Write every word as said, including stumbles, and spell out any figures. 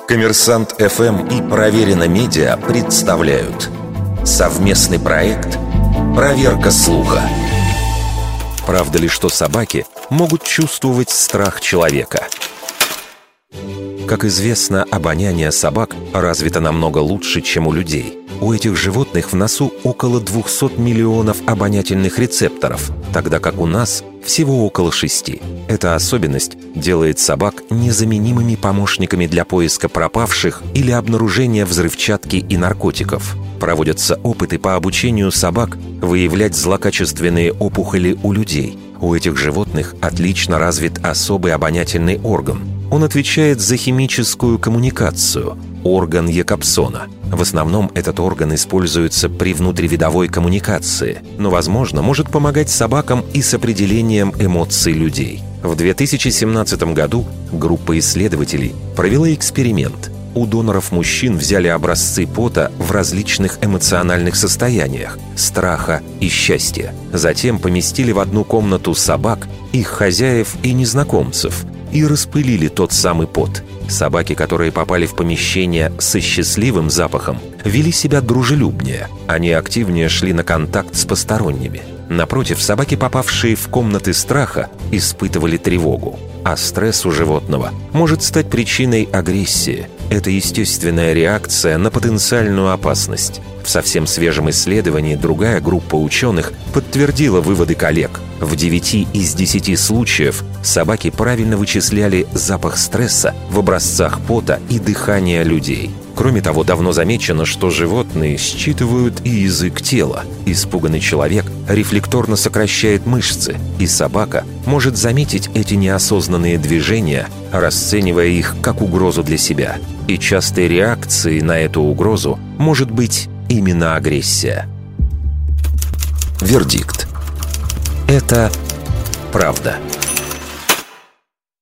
Коммерсант эф эм и Проверено Медиа представляют совместный проект «Проверка слуха». Правда ли, что собаки могут чувствовать страх человека? Как известно, обоняние собак развито намного лучше, чем у людей. У этих животных в носу около двухсот миллионов обонятельных рецепторов, тогда как у нас всего около шести. Эта особенность делает собак незаменимыми помощниками для поиска пропавших или обнаружения взрывчатки и наркотиков. Проводятся опыты по обучению собак выявлять злокачественные опухоли у людей. У этих животных отлично развит особый обонятельный орган. Он отвечает за химическую коммуникацию – орган Якобсона. В основном этот орган используется при внутривидовой коммуникации, но, возможно, может помогать собакам и с определением эмоций людей. В две тысячи семнадцатом году группа исследователей провела эксперимент. У доноров мужчин взяли образцы пота в различных эмоциональных состояниях – страха и счастья. Затем поместили в одну комнату собак, их хозяев и незнакомцев и распылили тот самый пот. Собаки, которые попали в помещение со счастливым запахом, вели себя дружелюбнее. Они активнее шли на контакт с посторонними. Напротив, собаки, попавшие в комнаты страха, испытывали тревогу. А стресс у животного может стать причиной агрессии. Это естественная реакция на потенциальную опасность. В совсем свежем исследовании другая группа ученых подтвердила выводы коллег. В девяти из десяти случаев собаки правильно вычисляли запах стресса в образцах пота и дыхания людей. Кроме того, давно замечено, что животные считывают и язык тела. Испуганный человек рефлекторно сокращает мышцы, и собака может заметить эти неосознанные движения, расценивая их как угрозу для себя. И частой реакцией на эту угрозу может быть именно агрессия. Вердикт. Это правда.